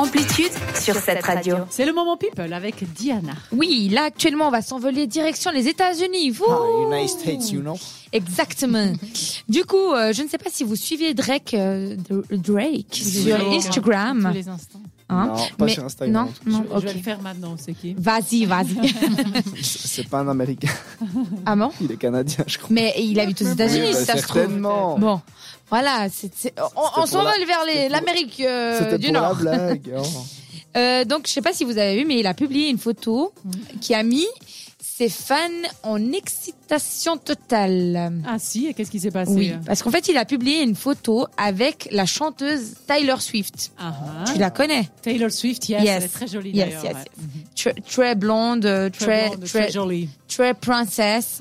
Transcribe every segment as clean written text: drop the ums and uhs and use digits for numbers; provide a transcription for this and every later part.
Amplitude sur cette radio. C'est le moment People avec Diana. Oui, là actuellement on va s'envoler direction les États-Unis. United States, you know. Exactement. Du coup, je ne sais pas si vous suivez Drake sur Instagram. Tous les instants. Hein? Non, pas sur Instagram. Non, Je vais le faire maintenant, c'est qui? Vas-y. C'est pas un Américain. Ah bon? Il est canadien, je crois. Mais il habite aux États-Unis, Oui, si ça se trouve. certainement. Bon, voilà, on s'envole vers l'Amérique C'était du pour Nord. la blague. Oh. Donc, je sais pas si vous avez vu, mais il a publié une photo qui a mis ses fans en excitation totale. Ah si, et qu'est-ce qui s'est passé? Oui, parce qu'en fait, il a publié une photo avec la chanteuse Taylor Swift. Tu la connais? Taylor Swift, yes. Elle est très jolie d'ailleurs. Yes. Très blonde, très jolie. Très princesse.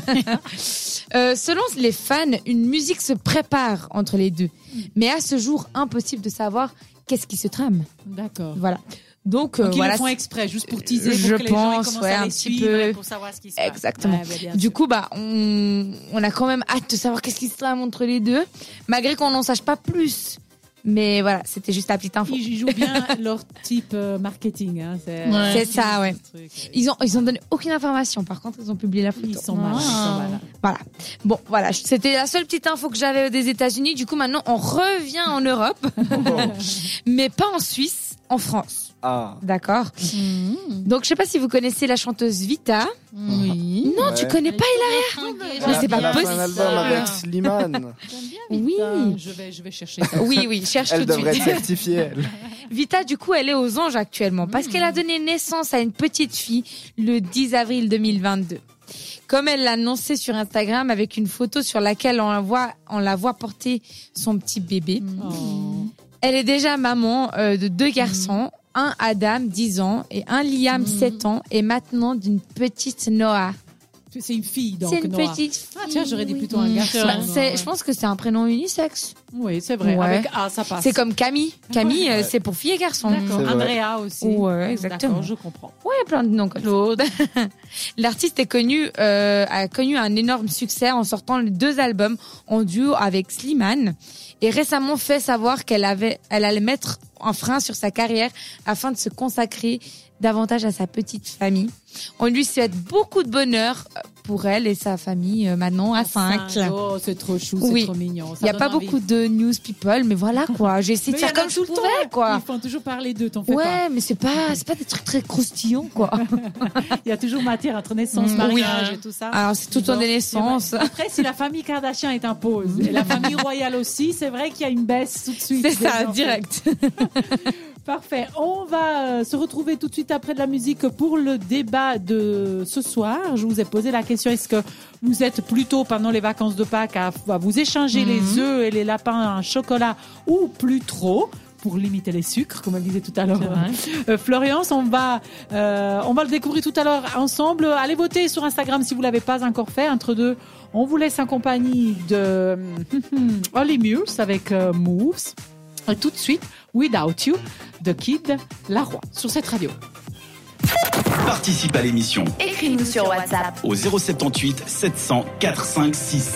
Selon les fans, une musique se prépare entre les deux. Mais à ce jour, impossible de savoir qu'est-ce qui se trame. D'accord. Voilà. Donc ils voilà, le font exprès, juste pour teaser, pour je que les pense, gens commencent à un les petit suivre peu. pour savoir ce qui se passe. Exactement. Ouais, du coup, on a quand même hâte de savoir qu'est-ce qui se trame entre les deux, malgré qu'on n'en sache pas plus. Mais voilà, c'était juste la petite info. Ils jouent bien leur type marketing. Hein. C'est ça, ouais. Ils ont donné aucune information. Par contre, ils ont publié la photo. Ils sont malins. Voilà. Bon, voilà. C'était la seule petite info que j'avais des États-Unis. Du coup, maintenant, on revient en Europe. Mais pas en Suisse, en France. Ah. D'accord. Donc, je sais pas si vous connaissez la chanteuse Vita. Oui. Non, tu connais pas Hilaire? Mais c'est pas possible. Elle a fait un album avec Slimane. Oui. Je vais chercher ça. Oui, cherche Elle tout de devrait suite. être certifiée, elle. Vita, du coup, elle est aux anges actuellement parce qu'elle a donné naissance à une petite fille le 10 avril 2022. Comme elle l'a annoncé sur Instagram avec une photo sur laquelle on la voit porter son petit bébé. Elle est déjà maman de 2 garçons, un Adam, 10 ans, et un Liam, 7 ans, et maintenant d'une petite Noah. C'est une fille, donc. C'est une Noah. petite fille. Ah, tiens, j'aurais dit plutôt un garçon. Je pense que c'est un prénom unisexe. Oui, c'est vrai. Ouais. Avec A, ça passe. C'est comme Camille. Camille, c'est pour fille et garçon. D'accord. C'est vrai. Andrea aussi. Ouais, exactement. D'accord, je comprends. Ouais, plein de noms comme Claude. L'artiste a connu un énorme succès en sortant les 2 albums en duo avec Slimane et récemment fait savoir qu'elle allait mettre un frein sur sa carrière afin de se consacrer davantage à sa petite famille. On lui souhaite beaucoup de bonheur pour elle et sa famille maintenant à 5. Oh, c'est trop chou, Oui. c'est trop mignon. Il n'y a pas beaucoup de news people, mais voilà quoi. J'ai essayé de faire comme je pouvais quoi. Ils font toujours parler d'eux, t'en fais pas. Ouais, mais c'est pas des trucs très croustillants quoi. Il y a toujours matière entre naissance, mariage et tout ça. Alors c'est tout en des naissances. Après, si la famille Kardashian est impose et la famille royale aussi, c'est vrai qu'il y a une baisse tout de suite. C'est ça, direct. Parfait. On va se retrouver tout de suite après de la musique pour le débat de ce soir. Je vous ai posé la question, est-ce que vous êtes plutôt pendant les vacances de Pâques à vous échanger les œufs et les lapins en chocolat ou plus trop pour limiter les sucres, comme elle disait tout à l'heure. Florian, on va le découvrir tout à l'heure ensemble. Allez voter sur Instagram si vous l'avez pas encore fait. Entre deux, on vous laisse en compagnie de Holly Muse avec Moves. Et tout de suite, Without You de Kid Laroi sur cette radio. Participe à l'émission. Écris-nous sur WhatsApp. Au 078 700 456.